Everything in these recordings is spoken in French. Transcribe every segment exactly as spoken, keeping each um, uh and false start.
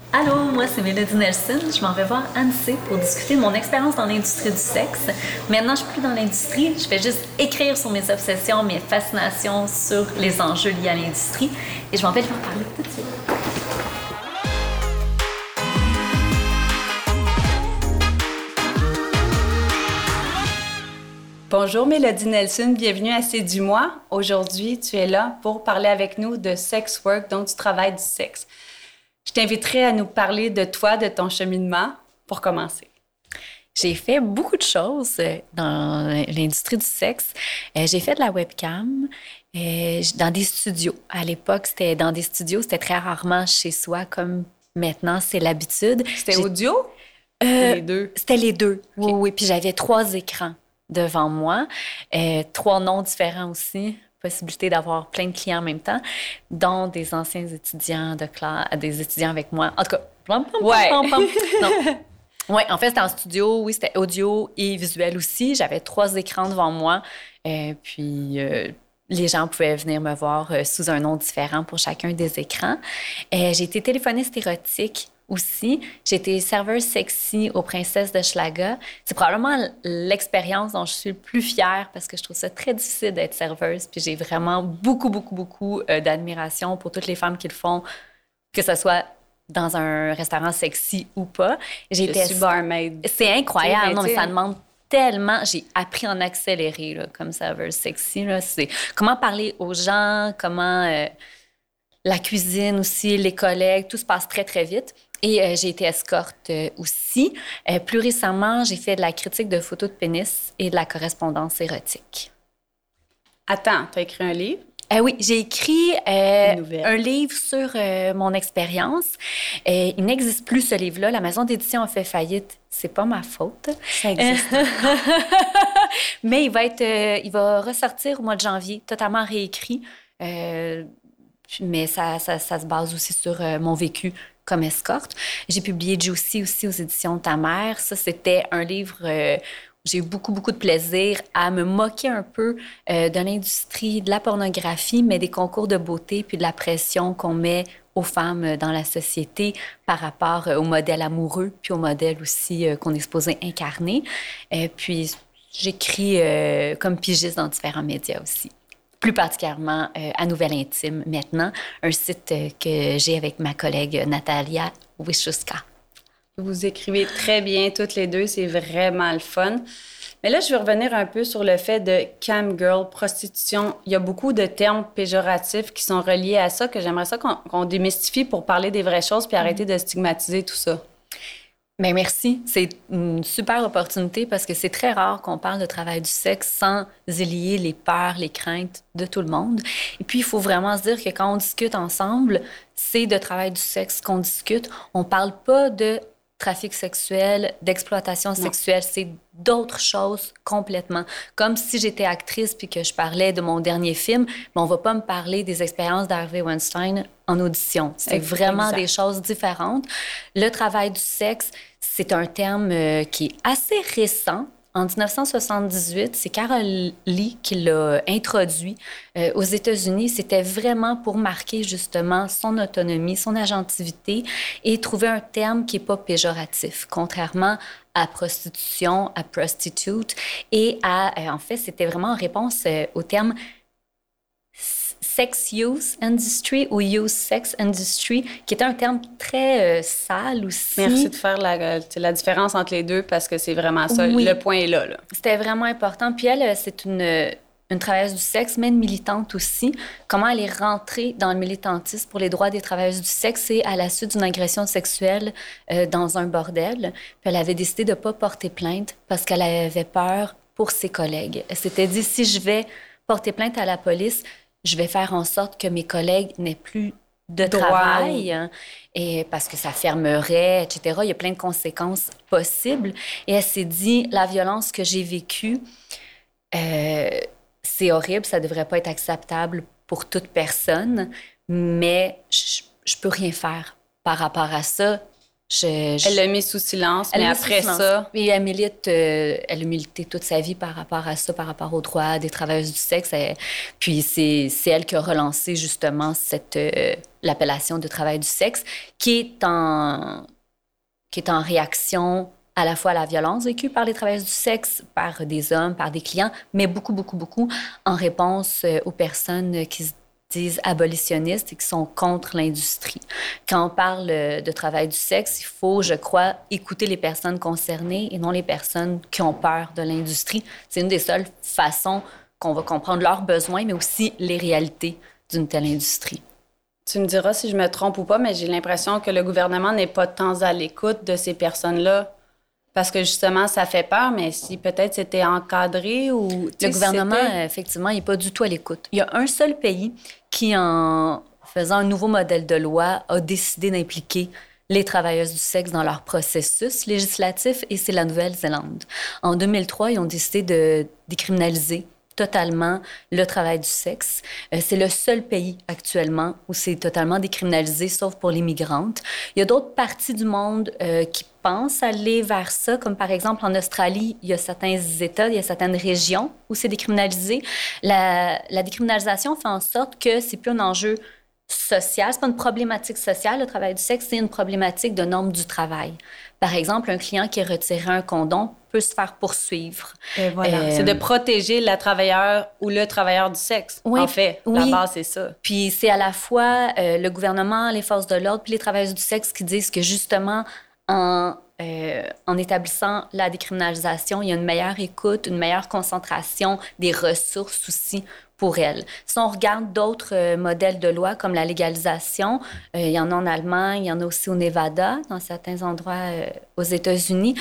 Allô, moi c'est Mélodie Nelson. Je m'en vais voir Anne-C pour discuter de mon expérience dans l'industrie du sexe. Maintenant, je suis plus dans l'industrie. Je fais juste écrire sur mes obsessions, mes fascinations sur les enjeux liés à l'industrie. Et je m'en vais lui en parler tout de suite. Bonjour Mélodie Nelson, bienvenue à C'est du moi. Aujourd'hui, tu es là pour parler avec nous de sex work, donc du travail du sexe. Je t'inviterai à nous parler de toi, de ton cheminement, pour commencer. J'ai fait beaucoup de choses dans l'industrie du sexe. J'ai fait de la webcam dans des studios. À l'époque, c'était dans des studios, c'était très rarement chez soi, comme maintenant, c'est l'habitude. C'était J'ai... audio? Euh, les deux? C'était les deux, okay. oui, oui. Puis j'avais trois écrans devant moi, euh, trois noms différents aussi. Possibilité d'avoir plein de clients en même temps, dont des anciens étudiants de classe, des étudiants avec moi. En tout cas, pom, pom, ouais. pom, pom, non. Oui, en fait, c'était en studio, oui, c'était audio et visuel aussi. J'avais trois écrans devant moi, euh, puis euh, les gens pouvaient venir me voir euh, sous un nom différent pour chacun des écrans. Euh, j'ai été téléphoniste érotique aussi. J'ai été serveuse sexy aux Princesses de Schlaga. C'est probablement l'expérience dont je suis le plus fière parce que je trouve ça très difficile d'être serveuse. Puis j'ai vraiment beaucoup, beaucoup, beaucoup euh, d'admiration pour toutes les femmes qui le font, que ce soit dans un restaurant sexy ou pas. J'ai été... Je suis barmaid. C'est incroyable. Non, mais ça demande tellement... J'ai appris en accéléré là, comme serveuse sexy. Là. C'est comment parler aux gens, comment... Euh, la cuisine aussi, les collègues, tout se passe très, très vite. Et euh, j'ai été escorte euh, aussi. Euh, plus récemment, j'ai fait de la critique de photos de pénis et de la correspondance érotique. Attends, tu as écrit un livre? Euh, oui, j'ai écrit euh, un livre sur euh, mon expérience. Euh, il n'existe plus, ce livre-là. La maison d'édition a fait faillite. C'est pas ma faute. Ça existe. Mais il va, être, euh, il va ressortir au mois de janvier, totalement réécrit. Euh, mais ça, ça, ça se base aussi sur euh, mon vécu comme escorte. J'ai publié Juicy aussi aux éditions de Ta Mère. Ça, c'était un livre euh, où j'ai eu beaucoup, beaucoup de plaisir à me moquer un peu euh, de l'industrie de la pornographie, mais des concours de beauté puis de la pression qu'on met aux femmes dans la société par rapport au modèle amoureux puis au modèle aussi euh, qu'on est supposé incarner. Euh, puis j'écris euh, comme pigiste dans différents médias aussi. Plus particulièrement euh, à Nouvelle Intime maintenant, un site euh, que j'ai avec ma collègue Natalia Wiszuska. Vous écrivez très bien toutes les deux, c'est vraiment le fun. Mais là, je veux revenir un peu sur le fait de cam girl, prostitution. Il y a beaucoup de termes péjoratifs qui sont reliés à ça, que j'aimerais ça qu'on, qu'on démystifie pour parler des vraies choses puis arrêter de stigmatiser tout ça. Bien, merci. C'est une super opportunité parce que c'est très rare qu'on parle de travail du sexe sans y lier les peurs, les craintes de tout le monde. Et puis, il faut vraiment se dire que quand on discute ensemble, c'est de travail du sexe qu'on discute. On parle pas de trafic sexuel, d'exploitation sexuelle. C'est d'autres choses complètement. Comme si j'étais actrice puis que je parlais de mon dernier film, mais on va pas me parler des expériences d'Harvey Weinstein en audition. C'est exact. Vraiment des choses différentes. Le travail du sexe, c'est un terme euh, qui est assez récent. En dix-neuf cent soixante-dix-huit, c'est Carol Lee qui l'a introduit euh, aux États-Unis. C'était vraiment pour marquer justement son autonomie, son agentivité et trouver un terme qui n'est pas péjoratif, contrairement à prostitution, à prostitute et à, euh, en fait, c'était vraiment en réponse euh, au terme sex use industry ou use sex industry, qui était un terme très euh, sale aussi. Merci de faire la, la différence entre les deux parce que c'est vraiment ça. Oui. Le point est là, là. C'était vraiment important. Puis elle, c'est une, une travailleuse du sexe, mais une militante aussi. Comment elle est rentrée dans le militantisme pour les droits des travailleuses du sexe, c'est à la suite d'une agression sexuelle euh, dans un bordel. Puis elle avait décidé de ne pas porter plainte parce qu'elle avait peur pour ses collègues. Elle s'était dit, si je vais porter plainte à la police, je vais faire en sorte que mes collègues n'aient plus de Droit. travail, hein, et parce que ça fermerait, et cetera. Il y a plein de conséquences possibles. Et elle s'est dit, la violence que j'ai vécue, euh, c'est horrible, ça ne devrait pas être acceptable pour toute personne, mais je ne peux rien faire par rapport à ça. Je, je... Elle l'a mis sous silence, elle mais après après ça... Et elle milite, euh, elle a milité toute sa vie par rapport à ça, par rapport aux droits des travailleuses du sexe. Elle, puis c'est, c'est elle qui a relancé justement cette, euh, l'appellation de travail du sexe, qui est en, qui est en réaction à la fois à la violence vécue par les travailleuses du sexe, par des hommes, par des clients, mais beaucoup, beaucoup, beaucoup en réponse euh, aux personnes qui se disent abolitionnistes et qui sont contre l'industrie. Quand on parle de travail du sexe, il faut, je crois, écouter les personnes concernées et non les personnes qui ont peur de l'industrie. C'est une des seules façons qu'on va comprendre leurs besoins, mais aussi les réalités d'une telle industrie. Tu me diras si je me trompe ou pas, mais j'ai l'impression que le gouvernement n'est pas tant à l'écoute de ces personnes-là. Parce que justement, ça fait peur, mais si peut-être c'était encadré ou... Le gouvernement, c'était... effectivement, il n'est pas du tout à l'écoute. Il y a un seul pays qui, en faisant un nouveau modèle de loi, a décidé d'impliquer les travailleuses du sexe dans leur processus législatif, et c'est la Nouvelle-Zélande. En deux mille trois, ils ont décidé de décriminaliser totalement le travail du sexe. Euh, c'est le seul pays actuellement où c'est totalement décriminalisé, sauf pour les migrantes. Il y a d'autres parties du monde euh, qui pensent aller vers ça, comme par exemple en Australie, il y a certains États, il y a certaines régions où c'est décriminalisé. La, la décriminalisation fait en sorte que c'est plus un enjeu social, c'est pas une problématique sociale, le travail du sexe, c'est une problématique de normes du travail. Par exemple, un client qui retirait un condom peut se faire poursuivre. Et voilà. Euh, c'est de protéger la travailleuse ou le travailleur du sexe. Oui, en fait, oui. La base, c'est ça. Puis c'est à la fois euh, le gouvernement, les forces de l'ordre, puis les travailleuses du sexe qui disent que justement, en, euh, en établissant la décriminalisation, il y a une meilleure écoute, une meilleure concentration des ressources aussi pour elles. Si on regarde d'autres euh, modèles de loi comme la légalisation, euh, il y en a en Allemagne, il y en a aussi au Nevada, dans certains endroits euh, aux États-Unis.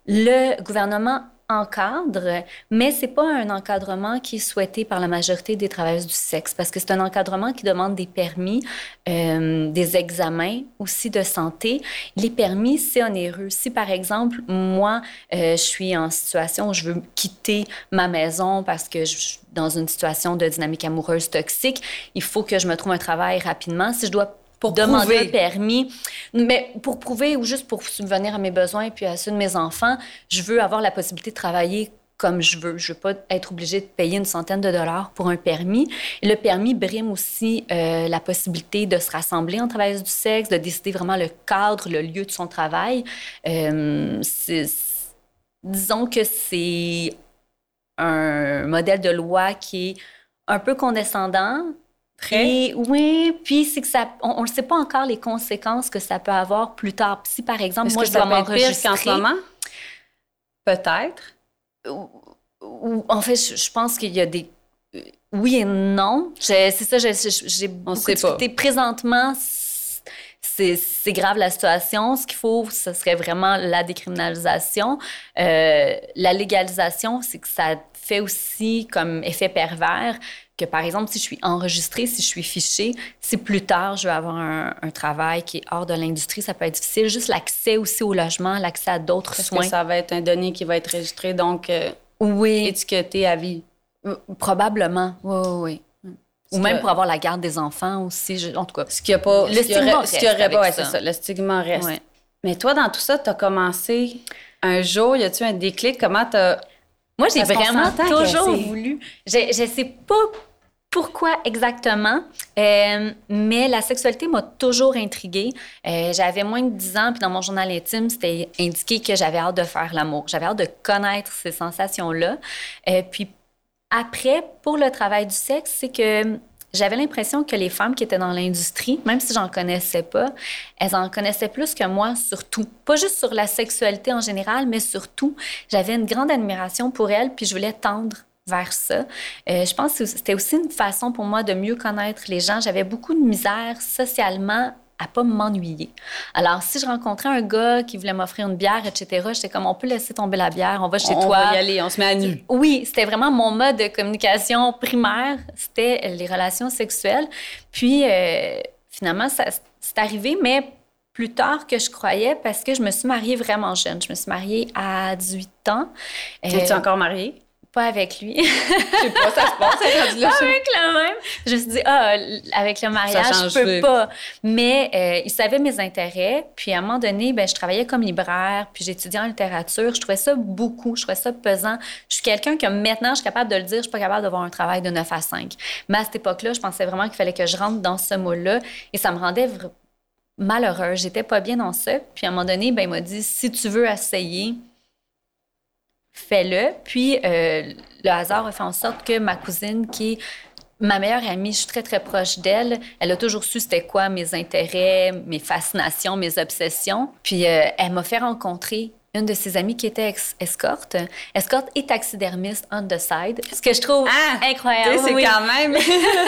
Le gouvernement encadre, mais c'est pas un encadrement qui est souhaité par la majorité des travailleuses du sexe, parce que c'est un encadrement qui demande des permis, euh, des examens aussi de santé. Les permis, c'est onéreux. Si, par exemple, moi, euh, je suis en situation où je veux quitter ma maison parce que je suis dans une situation de dynamique amoureuse toxique, il faut que je me trouve un travail rapidement. Si je dois pour demander prouver. Un permis, mais pour prouver ou juste pour subvenir à mes besoins puis à ceux de mes enfants, je veux avoir la possibilité de travailler comme je veux. Je veux pas être obligée de payer une centaine de dollars pour un permis. Et le permis brime aussi euh, la possibilité de se rassembler en travailleuse du sexe, de décider vraiment le cadre, le lieu de son travail. Euh, c'est, c'est, disons que c'est un modèle de loi qui est un peu condescendant. Très. Et, oui, puis c'est que ça, on ne sait pas encore les conséquences que ça peut avoir plus tard. Si, par exemple, Est-ce moi, que je ça dois m'enregistrer... Est-ce qu'en ce moment? Peut-être. Ou, ou, en fait, je, je pense qu'il y a des... Oui et non. Je, c'est ça, je, je, j'ai on beaucoup discuté. Présentement, c'est, c'est grave la situation. Ce qu'il faut, ce serait vraiment la décriminalisation. Euh, la légalisation, c'est que ça fait aussi comme effet pervers que, par exemple, si je suis enregistrée, si je suis fichée, si plus tard, je vais avoir un, un travail qui est hors de l'industrie, ça peut être difficile. Juste l'accès aussi au logement, l'accès à d'autres Parce soins. Que ça va être un donné qui va être enregistré, donc euh, oui. étiqueté à vie. Probablement, oui, oui, oui. Ou même que... pour avoir la garde des enfants aussi, je... en tout cas. Ce qu'il y a pas... Le stigma reste. Ce qu'il y aurait pas, ouais, c'est ça. Le stigma reste. Ouais. Mais toi, dans tout ça, tu as commencé un jour, y a-tu un déclic? Comment tu as... Moi, j'ai vraiment toujours voulu. Je, je sais pas pourquoi exactement, euh, mais la sexualité m'a toujours intriguée. Euh, j'avais moins de dix ans, puis dans mon journal intime, c'était indiqué que j'avais hâte de faire l'amour. J'avais hâte de connaître ces sensations-là. Euh, puis après, pour le travail du sexe, c'est que j'avais l'impression que les femmes qui étaient dans l'industrie, même si j'en connaissais pas, elles en connaissaient plus que moi sur tout. Pas juste sur la sexualité en général, mais surtout, j'avais une grande admiration pour elles, puis je voulais tendre vers ça. Euh, je pense que c'était aussi une façon pour moi de mieux connaître les gens. J'avais beaucoup de misère socialement à pas m'ennuyer. Alors, si je rencontrais un gars qui voulait m'offrir une bière, et cetera, j'étais comme, on peut laisser tomber la bière, on va chez on toi. On va y aller, on se met à nu. Oui, c'était vraiment mon mode de communication primaire, c'était les relations sexuelles. Puis, euh, finalement, ça, c'est arrivé, mais plus tard que je croyais, parce que je me suis mariée vraiment jeune. Je me suis mariée à dix-huit ans. Es-tu euh, encore mariée? pas avec lui. Je sais pas, ça se passe, rendu là. Avec le même. Je me suis dit, ah, avec le mariage, je peux pas. Mais euh, il savait mes intérêts. Puis à un moment donné, ben, je travaillais comme libraire, puis j'étudiais en littérature. Je trouvais ça beaucoup, je trouvais ça pesant. Je suis quelqu'un que maintenant, je suis capable de le dire, je suis pas capable d'avoir un travail de neuf à cinq. Mais à cette époque-là, je pensais vraiment qu'il fallait que je rentre dans ce moule-là. Et ça me rendait v- malheureuse. J'étais pas bien dans ça. Puis à un moment donné, ben, il m'a dit, si tu veux essayer, fais-le. Puis, euh, le hasard a fait en sorte que ma cousine, qui est ma meilleure amie, je suis très, très proche d'elle, elle a toujours su c'était quoi mes intérêts, mes fascinations, mes obsessions. Puis, euh, elle m'a fait rencontrer une de ses amies qui était ex- escorte. Escorte et taxidermiste on the side. Ce que je trouve ah, incroyable. C'est oui. quand même...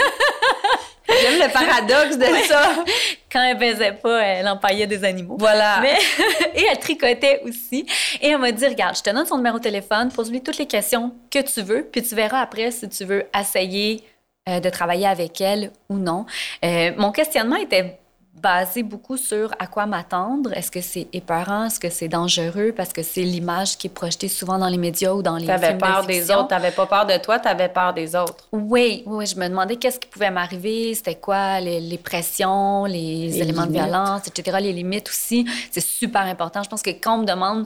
J'aime le paradoxe de ouais. ça. Quand elle baisait pas, elle empaillait des animaux. Voilà. Mais... et elle tricotait aussi. Et elle m'a dit, regarde, je te donne son numéro de téléphone, pose-lui toutes les questions que tu veux, puis tu verras après si tu veux essayer euh, de travailler avec elle ou non. Euh, mon questionnement était basé beaucoup sur à quoi m'attendre. Est-ce que c'est épeurant? Est-ce que c'est dangereux? Parce que c'est l'image qui est projetée souvent dans les médias ou dans les t'avais films de peur fiction. des autres. T'avais pas peur de toi, t'avais peur des autres. Oui, oui, je me demandais qu'est-ce qui pouvait m'arriver, c'était quoi les, les pressions, les, Les éléments limites. de violence, et cetera, les limites aussi. C'est super important. Je pense que quand on me demande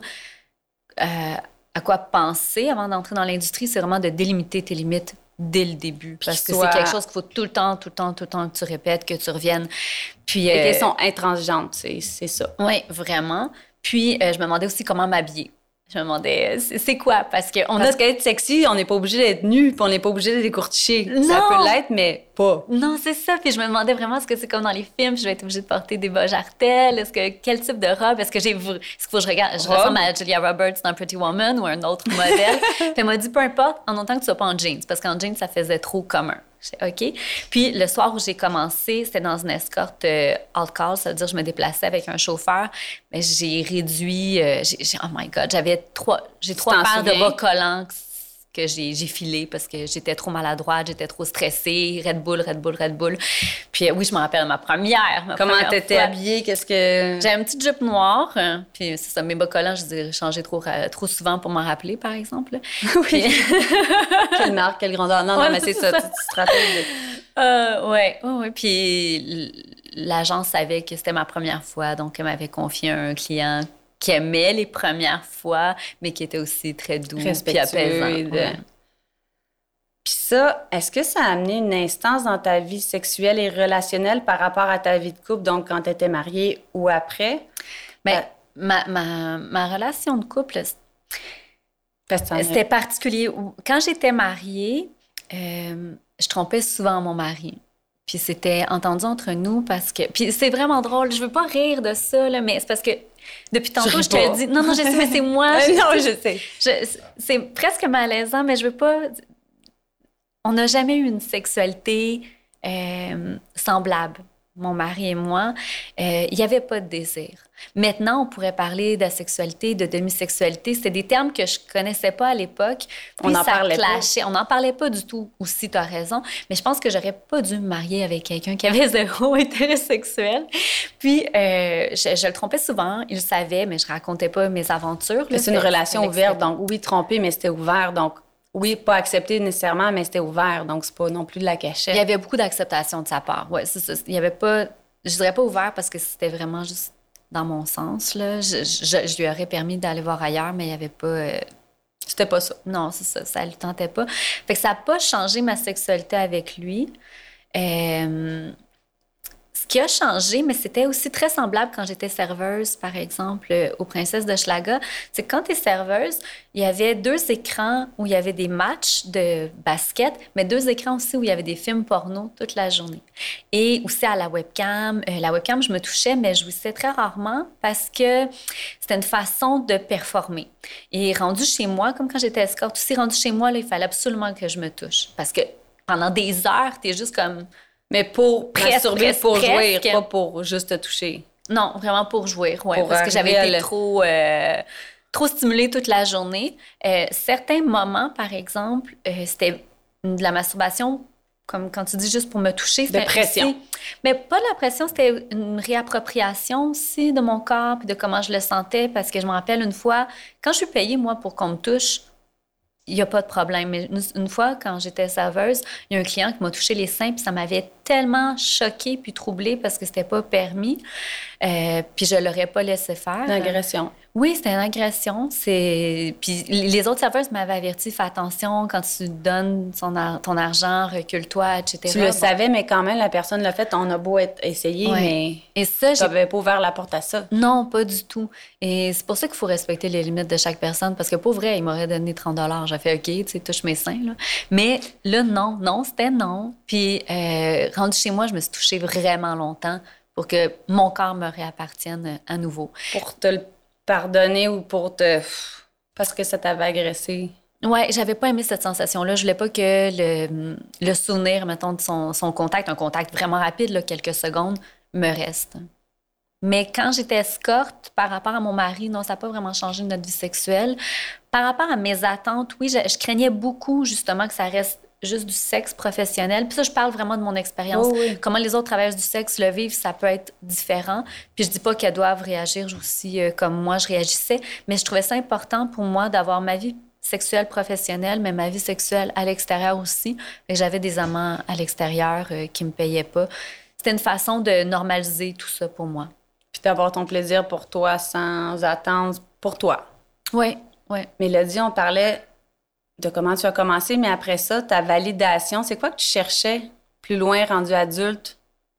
euh, à quoi penser avant d'entrer dans l'industrie, c'est vraiment de délimiter tes limites dès le début. Parce que soit... c'est quelque chose qu'il faut tout le temps, tout le temps, tout le temps que tu répètes, que tu reviennes. Puis, les euh, questions intransigeantes, c'est, c'est ça. oui, vraiment. Puis, euh, je me demandais aussi comment m'habiller. Je me demandais, c'est, c'est quoi? Parce qu'on a... Parce qu'être sexy, on n'est pas obligé d'être nu, puis on n'est pas obligé d'être décourtiché. Ça Non! peut l'être, mais pas. Non, c'est ça. Puis je me demandais vraiment, est-ce que c'est comme dans les films, je vais être obligée de porter des bas jartelles? Est-ce que, quel type de robe? Est-ce que j'ai, est-ce qu'il faut que je regarde, je Robe? ressemble à Julia Roberts dans Pretty Woman ou un autre modèle? Puis elle m'a dit, peu importe, en autant que tu sois pas en jeans, parce qu'en jeans, ça faisait trop commun. J'ai OK. Puis le soir où j'ai commencé, c'était dans une escorte euh, all-call, ça veut dire que je me déplaçais avec un chauffeur. Mais j'ai réduit, euh, j'ai, j'ai, oh my God, j'avais trois, j'ai trois paires de bas collants que j'ai, j'ai filé parce que j'étais trop maladroite, j'étais trop stressée. Red Bull, Red Bull, Red Bull. Puis euh, oui, je me rappelle ma première. Ma Comment première t'étais fois. habillée? Qu'est-ce que... J'avais une petite jupe noire. euh, Puis c'est ça, mes bas collants, je les ai changés trop, ra- trop souvent pour m'en rappeler, par exemple. Oui. Puis... Quelle marque, quelle grandeur. Non, Ouais, non, mais c'est, c'est ça, ça. tu te stratèges. Euh, ouais, ouais, ouais. Puis l- l'agence savait que c'était ma première fois, donc elle m'avait confié un client qui aimait les premières fois, mais qui était aussi très doux puis apaisant. Et de... Ouais. Puis ça, est-ce que ça a amené une instance dans ta vie sexuelle et relationnelle par rapport à ta vie de couple, donc quand tu étais mariée ou après? Ben, Euh, ma, ma, ma relation de couple, parce que t'en as- c'était particulier. Quand j'étais mariée, euh, je trompais souvent mon mari. Puis c'était entendu entre nous parce que... Puis c'est vraiment drôle. Je veux pas rire de ça, là, mais c'est parce que depuis tantôt, Je je, te ris le pas. dis. Non, non, je sais, mais c'est moi. Euh, Je- non, je sais. je- c'est presque malaisant, mais je veux pas... On n'a jamais eu une sexualité euh, semblable, mon mari et moi. Euh, Il n'y avait pas de désir. Maintenant, on pourrait parler d'asexualité, de demisexualité. C'était des termes que je connaissais pas à l'époque. Puis On n'en ça parlait pas. clashait. On n'en parlait pas du tout aussi, tu as raison. Mais je pense que j'aurais pas dû me marier avec quelqu'un qui avait zéro intérêt sexuel. Puis, euh, je, je le trompais souvent. Il le savait, mais je racontais pas mes aventures. Mais là. c'est une C'était- relation c'était ouverte, l'extérieur. donc oui, trompé, mais c'était ouvert. Donc oui, pas accepté nécessairement, mais c'était ouvert. Donc c'est pas non plus de la cachette. Il y avait beaucoup d'acceptation de sa part. Ouais, c'est ça. Il y avait pas... Je dirais pas ouvert parce que c'était vraiment juste dans mon sens, là. Je, je, je lui aurais permis d'aller voir ailleurs, mais il y avait pas... euh, C'était pas ça. Non, c'est ça, ça le tentait pas. Fait que ça n'a pas changé ma sexualité avec lui. Euh, Ce qui a changé, mais c'était aussi très semblable quand j'étais serveuse, par exemple, euh, aux Princesses de Schlaga, c'est que quand tu es serveuse, il y avait deux écrans où il y avait des matchs de basket, mais deux écrans aussi où il y avait des films porno toute la journée. Et aussi à la webcam. Euh, la webcam, je me touchais, mais je jouissais très rarement parce que c'était une façon de performer. Et rendu chez moi, comme quand j'étais escorte, aussi rendu chez moi, là, il fallait absolument que je me touche. Parce que pendant des heures, tu es juste comme... Mais pour Presque, masturber, presque, pour jouir, presque. pas pour juste te toucher. Non, vraiment pour jouir, ouais, Pour parce que j'avais arriver à été le- trop, euh, trop stimulée toute la journée. Euh, certains moments, par exemple, euh, c'était de la masturbation, comme quand tu dis juste pour me toucher. De c'était pression. aussi- mais pas de la pression, c'était une réappropriation aussi de mon corps puis de comment je le sentais, parce que je me rappelle une fois, quand je suis payée, moi, pour qu'on me touche, il n'y a pas de problème. Mais une, une fois, quand j'étais serveuse, il y a un client qui m'a touché les seins, puis ça m'avait tellement choquée puis troublée parce que c'était pas permis. Euh, puis je l'aurais pas laissé faire. Une agression. Oui, c'était une agression. C'est... Puis les autres serveuses m'avaient averti, fais attention, quand tu donnes son ar- ton argent, recule-toi, et cetera. Tu le Bon. savais, mais quand même, la personne l'a fait. On a beau être essayé, Ouais. mais Et ça, tu j'ai... n'avais pas ouvert la porte à ça. Non, pas du tout. Et c'est pour ça qu'il faut respecter les limites de chaque personne, parce que pour vrai, il m'aurait donné trente dollars. J'ai fait OK, tu sais, touche mes seins, là. Mais là, non, non, c'était non. Puis, euh, rendu chez moi, je me suis touchée vraiment longtemps pour que mon corps me réappartienne à nouveau. Pour te le pardonner ou pour te... Parce que ça t'avait agressé. Ouais, j'avais pas aimé cette sensation-là. Je voulais pas que le, le souvenir, mettons, de son, son contact, un contact vraiment rapide, là, quelques secondes, me reste. Mais quand j'étais escorte, par rapport à mon mari, non, ça n'a pas vraiment changé notre vie sexuelle. Par rapport à mes attentes, oui, je, je craignais beaucoup, justement, que ça reste juste du sexe professionnel. Puis ça, je parle vraiment de mon expérience. Oh oui. Comment les autres travailleurs du sexe le vivent, ça peut être différent. Puis je dis pas qu'elles doivent réagir aussi euh, comme moi, je réagissais, mais je trouvais ça important pour moi d'avoir ma vie sexuelle professionnelle, mais ma vie sexuelle à l'extérieur aussi. Et j'avais des amants à l'extérieur euh, qui me payaient pas. C'était une façon de normaliser tout ça pour moi. Puis d'avoir ton plaisir pour toi sans attendre pour toi. Oui, oui. Mélodie, on parlait de comment tu as commencé, mais après ça, ta validation, c'est quoi que tu cherchais plus loin, rendu adulte,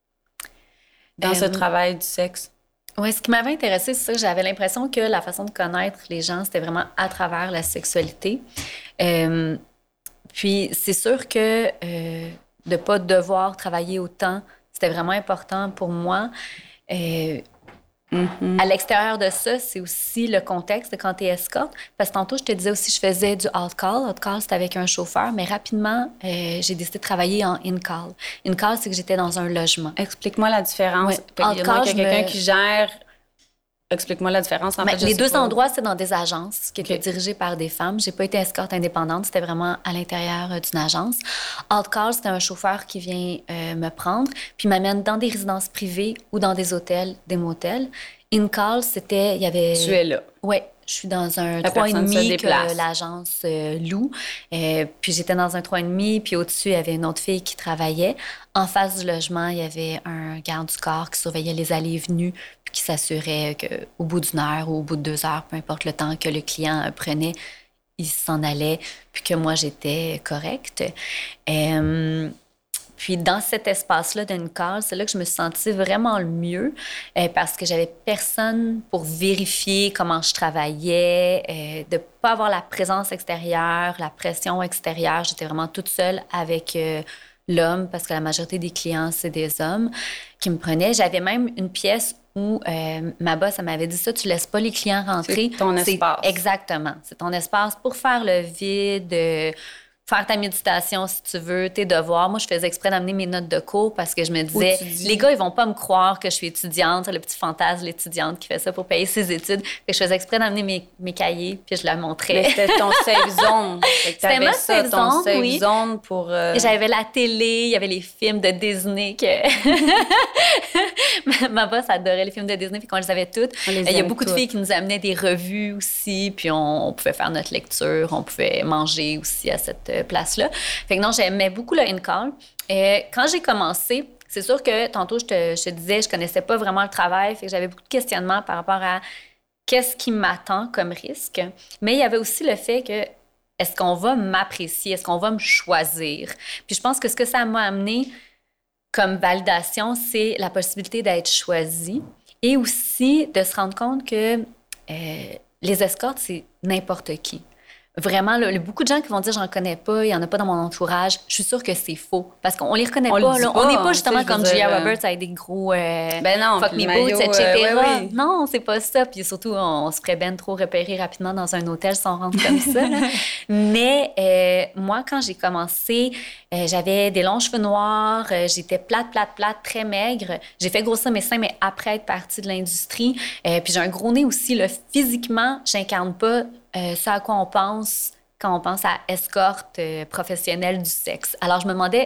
dans euh, ce travail du sexe? Oui, ce qui m'avait intéressée, c'est ça, j'avais l'impression que la façon de connaître les gens, c'était vraiment à travers la sexualité. Euh, puis c'est sûr que euh, de ne pas devoir travailler autant, c'était vraiment important pour moi. Euh, Mm-hmm. À l'extérieur de ça, c'est aussi le contexte de quand tu es escorte. Parce que tantôt, je te disais aussi, je faisais du out-call. Out-call, c'était avec un chauffeur. Mais rapidement, euh, j'ai décidé de travailler en in-call. In-call, c'est que j'étais dans un logement. Explique-moi la différence. Ouais. Il y a quelqu'un me... qui gère... Explique-moi la différence. En Mais fait, les deux pas. endroits, c'est dans des agences qui étaient okay. dirigées par des femmes. J'ai pas été escorte indépendante. C'était vraiment à l'intérieur euh, d'une agence. Out-call, c'était un chauffeur qui vient euh, me prendre puis m'amène dans des résidences privées ou dans des hôtels, des motels. In-call, c'était... Il y avait... Tu es là. Oui. Je suis dans un la trois virgule cinq que l'agence euh, loue. Euh, puis j'étais dans un trois virgule cinq, puis au-dessus, il y avait une autre fille qui travaillait. En face du logement, il y avait un garde du corps qui surveillait les allées et venues, puis qui s'assurait qu'au bout d'une heure ou au bout de deux heures, peu importe le temps que le client prenait, il s'en allait, puis que moi, j'étais correcte. Euh, Puis dans cet espace-là d'une case, c'est là que je me suis sentie vraiment le mieux euh, parce que j'avais personne pour vérifier comment je travaillais, euh, de ne pas avoir la présence extérieure, la pression extérieure. J'étais vraiment toute seule avec euh, l'homme parce que la majorité des clients, c'est des hommes qui me prenaient. J'avais même une pièce où euh, ma boss, elle m'avait dit ça, tu laisses pas les clients rentrer. C'est ton espace. C'est, exactement. C'est ton espace pour faire le vide, euh, faire ta méditation si tu veux, tes devoirs. Moi, je faisais exprès d'amener mes notes de cours parce que je me disais, dis... les gars, ils vont pas me croire que je suis étudiante, le petit fantasme, l'étudiante qui fait ça pour payer ses études. Fait que je faisais exprès d'amener mes, mes cahiers, puis je leur montrais. Mais c'était ton safe zone. C'était ma ça, safe ton zone, safe oui. zone pour... Euh... J'avais la télé, il y avait les films de Disney que... ma boss adorait les films de Disney, puis qu'on les avait toutes. Il y a beaucoup toutes. de filles qui nous amenaient des revues aussi, puis on, on pouvait faire notre lecture, on pouvait manger aussi à cette place-là. Fait que non, j'aimais beaucoup le in-call. Et quand j'ai commencé, c'est sûr que tantôt, je te, je te disais, je connaissais pas vraiment le travail, fait que j'avais beaucoup de questionnements par rapport à qu'est-ce qui m'attend comme risque. Mais il y avait aussi le fait que est-ce qu'on va m'apprécier, est-ce qu'on va me choisir? Puis je pense que ce que ça m'a amené comme validation, c'est la possibilité d'être choisie et aussi de se rendre compte que euh, les escortes, c'est n'importe qui. Vraiment, là, beaucoup de gens qui vont dire « j'en connais pas, il y en a pas dans mon entourage », je suis sûre que c'est faux. Parce qu'on les reconnaît on pas. Là. pas. On n'est pas justement tu sais, comme dire, Julia euh... Roberts avec des gros euh, ben non, fuck me maillot, boots, et cetera. Euh, ouais, ouais. Non, c'est pas ça. Puis surtout, on, on se ferait ben trop repérer rapidement dans un hôtel si on rentre comme ça. Là. Mais euh, moi, quand j'ai commencé, euh, j'avais des longs cheveux noirs, euh, j'étais plate, plate, plate, très maigre. J'ai fait grossir mes seins, mais après être partie de l'industrie. Euh, puis j'ai un gros nez aussi. Là. Physiquement, j'incarne pas euh, ce à quoi on pense quand on pense à escorte euh, professionnelle du sexe. Alors, je me demandais,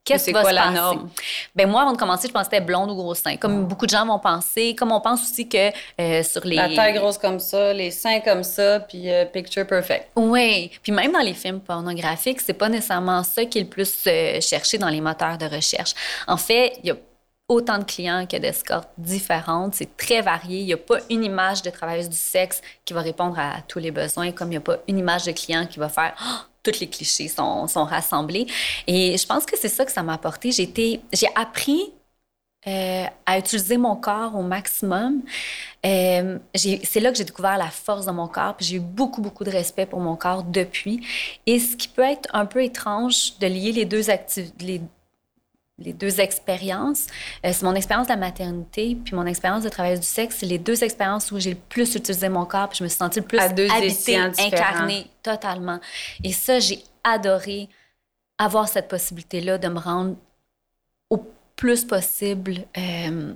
Qu'est-ce c'est qui va quoi se la passer? norme? Ben moi, avant de commencer, je pensais que c'était blonde ou gros seins. Comme beaucoup de gens vont penser. Comme on pense aussi que euh, sur les... La taille grosse comme ça, les seins comme ça, puis euh, picture perfect. Oui. Puis même dans les films pornographiques, c'est pas nécessairement ça qui est le plus euh, cherché dans les moteurs de recherche. En fait, il y a autant de clients que d'escortes différentes. C'est très varié. Il n'y a pas une image de travailleuse du sexe qui va répondre à, à tous les besoins, comme il n'y a pas une image de client qui va faire oh, tous les clichés sont, sont rassemblés. Et je pense que c'est ça que ça m'a apporté. J'ai, été, j'ai appris euh, à utiliser mon corps au maximum. Euh, j'ai, c'est là que j'ai découvert la force de mon corps. Puis j'ai eu beaucoup, beaucoup de respect pour mon corps depuis. Et ce qui peut être un peu étrange de lier les deux activités, les les deux expériences. Euh, c'est mon expérience de la maternité puis mon expérience de travailleuse du sexe. C'est les deux expériences où j'ai le plus utilisé mon corps puis je me suis sentie le plus habitée, incarnée totalement. Et ça, j'ai adoré avoir cette possibilité-là de me rendre au plus possible... Euh,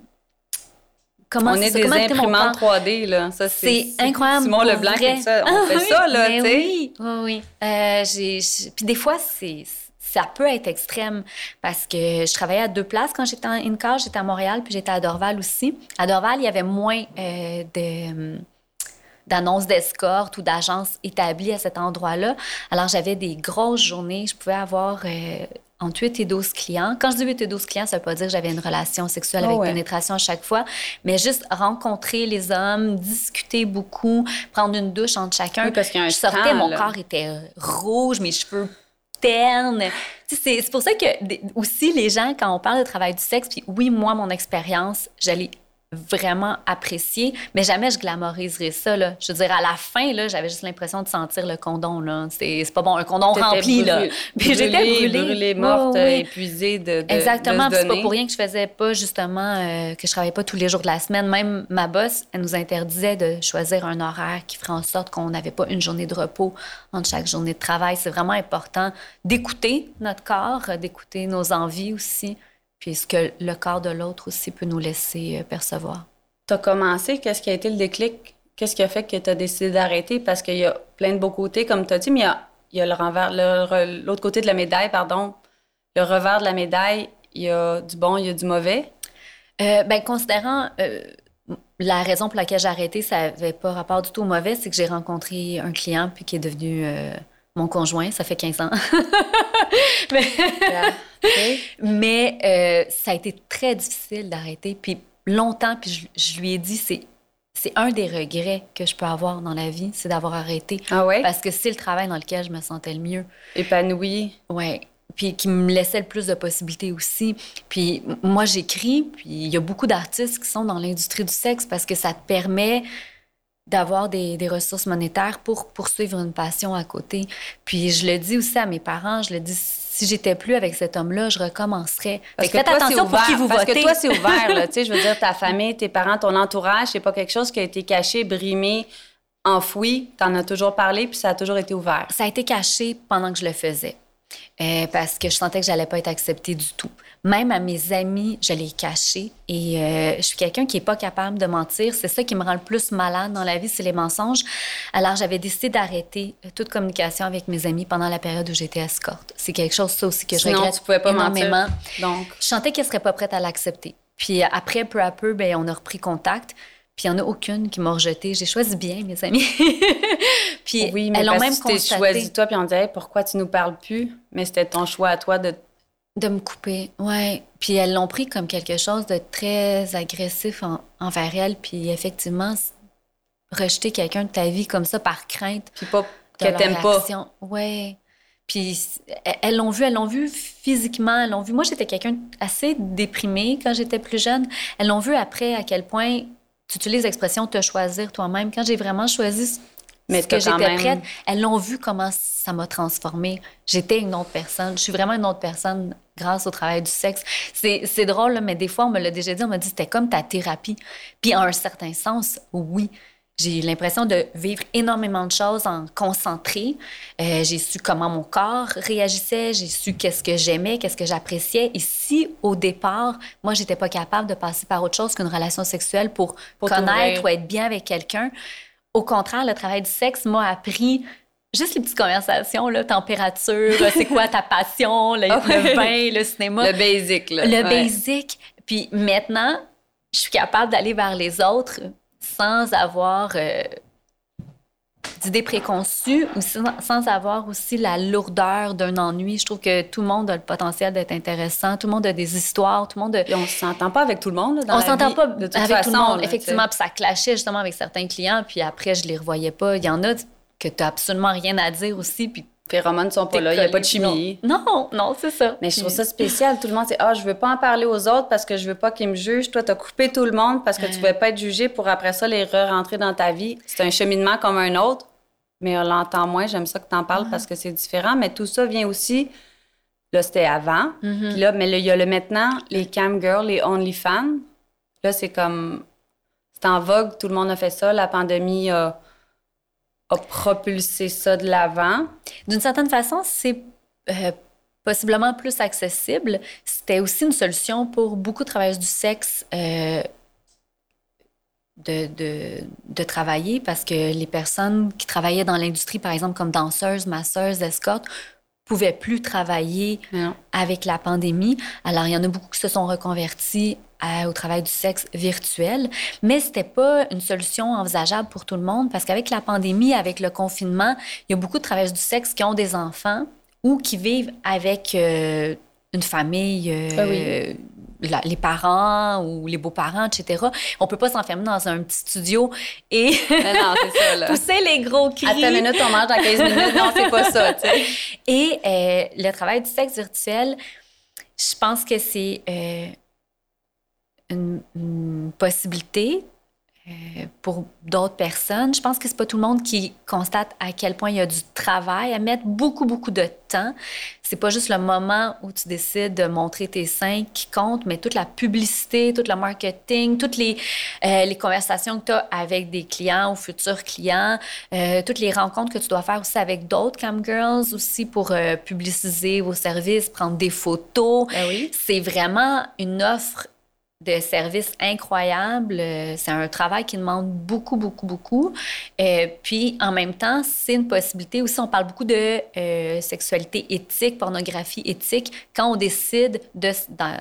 Comment on est ça? Des Comment imprimantes trois D, là. Ça, c'est, c'est, c'est incroyable. Simon Leblanc qui fait ça. On ah, fait oui, ça, là, tu sais. Oui, oui, oui. Euh, j'ai, j'ai... Puis des fois, c'est... ça peut être extrême parce que je travaillais à deux places quand j'étais en in-car. J'étais à Montréal puis j'étais à Dorval aussi. À Dorval, il y avait moins euh, de, d'annonces d'escorte ou d'agences établies à cet endroit-là. Alors, j'avais des grosses journées. Je pouvais avoir euh, entre huit et douze clients. Quand je dis huit et douze clients, ça ne veut pas dire que j'avais une relation sexuelle avec oh ouais. pénétration à chaque fois, mais juste rencontrer les hommes, discuter beaucoup, prendre une douche entre chacun. Oui, parce qu'il y a un je sortais, temps, mon là. corps était rouge, mes cheveux terne. Tu sais, c'est, c'est pour ça que aussi les gens, quand on parle de travail du sexe, puis oui, moi, mon expérience, je l'ai vraiment appréciée, mais jamais je glamoriserais ça, là. Je veux dire, à la fin, là, j'avais juste l'impression de sentir le condom, là. C'est, c'est pas bon, un condom T'étais rempli, brûlée, là. Puis brûlée, j'étais brûlée. Brûlée, morte, oh, oui. épuisée de, de Exactement, de se c'est pas pour rien que je faisais pas, justement, euh, que je travaillais pas tous les jours de la semaine. Même ma boss, elle nous interdisait de choisir un horaire qui ferait en sorte qu'on n'avait pas une journée de repos entre chaque journée de travail. C'est vraiment important d'écouter notre corps, d'écouter nos envies aussi, puis ce que le corps de l'autre aussi peut nous laisser percevoir. Tu as commencé, qu'est-ce qui a été le déclic? Qu'est-ce qui a fait que tu as décidé d'arrêter? Parce qu'il y a plein de beaux côtés, comme tu as dit, mais il y a, il y a le renvers, le, l'autre côté de la médaille, pardon. Le revers de la médaille, il y a du bon, il y a du mauvais. Euh, bien, considérant euh, la raison pour laquelle j'ai arrêté, ça n'avait pas rapport du tout au mauvais, c'est que j'ai rencontré un client puis qui est devenu euh, mon conjoint, ça fait quinze ans. mais yeah. okay. mais euh, ça a été très difficile d'arrêter, puis longtemps, puis je, je lui ai dit, c'est, c'est un des regrets que je peux avoir dans la vie, c'est d'avoir arrêté. Ah ouais? Parce que c'est le travail dans lequel je me sentais le mieux. Épanouie. Oui. Puis qui me laissait le plus de possibilités aussi. Puis moi, j'écris, puis il y a beaucoup d'artistes qui sont dans l'industrie du sexe parce que ça te permet d'avoir des, des ressources monétaires pour poursuivre une passion à côté. Puis je le dis aussi à mes parents, je le dis, si j'étais plus avec cet homme-là, je recommencerais. Parce que faites attention pour qui vous votez. Parce que toi, c'est ouvert, là. Tu sais, je veux dire, ta famille, tes parents, ton entourage, c'est pas quelque chose qui a été caché, brimé, enfoui. T'en as toujours parlé, puis ça a toujours été ouvert. Ça a été caché pendant que je le faisais. Euh, parce que je sentais que j'allais pas être acceptée du tout. Même à mes amis, je l'ai caché. Et euh, je suis quelqu'un qui est pas capable de mentir. C'est ça qui me rend le plus malade dans la vie, c'est les mensonges. Alors, j'avais décidé d'arrêter toute communication avec mes amis pendant la période où j'étais escorte. C'est quelque chose, ça aussi, que je Sinon, regrette tu pouvais pas énormément. Mentir. Donc, je sentais qu'elle serait pas prête à l'accepter. Puis après, peu à peu, ben, on a repris contact. Puis il n'y en a aucune qui m'a rejetée. J'ai choisi bien, mes amis. Puis oui, mais elles ont même que tu t'es choisi toi, puis on disait hey, pourquoi tu nous parles plus? Mais c'était ton choix à toi de... De me couper, oui. Puis elles l'ont pris comme quelque chose de très agressif en, envers elles. Puis effectivement, rejeter quelqu'un de ta vie comme ça par crainte. Puis pas qu'elle t'aime pas. Oui. Puis elles l'ont vu, elles l'ont vu physiquement, elles l'ont vu. Moi, j'étais quelqu'un assez déprimé quand j'étais plus jeune. Elles l'ont vu après à quel point tu utilises l'expression « te choisir toi-même ». Quand j'ai vraiment choisi Mais ce que j'étais même... prête, elles l'ont vu comment ça m'a transformée. J'étais une autre personne. Je suis vraiment une autre personne grâce au travail du sexe. C'est, c'est drôle, là, mais des fois, on me l'a déjà dit, on m'a dit c'était comme ta thérapie. Puis en un certain sens, oui. J'ai l'impression de vivre énormément de choses en concentré. Euh, j'ai su comment mon corps réagissait, j'ai su qu'est-ce que j'aimais, qu'est-ce que j'appréciais. Et si, au départ, moi, j'étais pas capable de passer par autre chose qu'une relation sexuelle pour, pour connaître ou être bien avec quelqu'un, au contraire, le travail du sexe m'a appris juste les petites conversations, là, température, c'est quoi ta passion, le, Ah ouais. le vin, le cinéma. Le basic, là. Le Ouais. basic. Puis maintenant, je suis capable d'aller vers les autres sans avoir euh, d'idées préconçues ou sans, sans avoir aussi la lourdeur d'un ennui. Je trouve que tout le monde a le potentiel d'être intéressant. Tout le monde a des histoires. Tout le monde a... Puis on s'entend pas avec tout le monde, là, dans On la s'entend vie, pas de toute avec façon, tout le monde, là, effectivement. Puis ça clashait justement avec certains clients. Puis après, je les revoyais pas. Il y en a que tu n'as absolument rien à dire aussi. Puis Les phéromones sont pas là, il n'y a pas de chimie. Non, non, non, c'est ça. Mais je trouve ça spécial. Tout le monde, c'est « Ah, je veux pas en parler aux autres parce que je veux pas qu'ils me jugent. Toi, t'as coupé tout le monde parce que tu pouvais pas être jugé pour après ça les re-rentrer dans ta vie. » C'est un cheminement comme un autre, mais on l'entend moins. J'aime ça que t'en parles Ah. parce que c'est différent. Mais tout ça vient aussi... Là, c'était avant. Mhm. Puis là, mais là, il y a le maintenant, les cam girls, les OnlyFans. Là, c'est comme... C'est en vogue. Tout le monde a fait ça. La pandémie a... a propulsé ça de l'avant. D'une certaine façon, c'est euh, possiblement plus accessible. C'était aussi une solution pour beaucoup de travailleuses du sexe euh, de, de, de travailler parce que les personnes qui travaillaient dans l'industrie, par exemple, comme danseuses, masseuses, escortes, pouvaient plus travailler Non. avec la pandémie. Alors, il y en a beaucoup qui se sont reconvertis à- au travail du sexe virtuel, mais c'était pas une solution envisageable pour tout le monde parce qu'avec la pandémie, avec le confinement, il y a beaucoup de travailleuses du sexe qui ont des enfants ou qui vivent avec euh, une famille, euh, Ah oui. la- les parents ou les beaux-parents, et cetera. On peut pas s'enfermer dans un petit studio et Mais non, c'est ça, là. pousser les gros cris. Attends une minute, on mange dans quinze minutes. Non, c'est pas ça, tu sais. Et euh, le travail du sexe virtuel, je pense que c'est euh, une, une possibilité euh, pour d'autres personnes. Je pense que c'est pas tout le monde qui constate à quel point il y a du travail à mettre beaucoup, beaucoup de temps. C'est pas juste le moment où tu décides de montrer tes seins qui compte, mais toute la publicité, tout le marketing, toutes les, euh, les conversations que tu as avec des clients ou futurs clients, euh, toutes les rencontres que tu dois faire aussi avec d'autres cam girls aussi pour euh, publiciser vos services, prendre des photos. Ben oui. C'est vraiment une offre de services incroyable. Euh, C'est un travail qui demande beaucoup, beaucoup, beaucoup. Euh, puis, en même temps, c'est une possibilité aussi. On parle beaucoup de euh, sexualité éthique, pornographie éthique. Quand on décide de,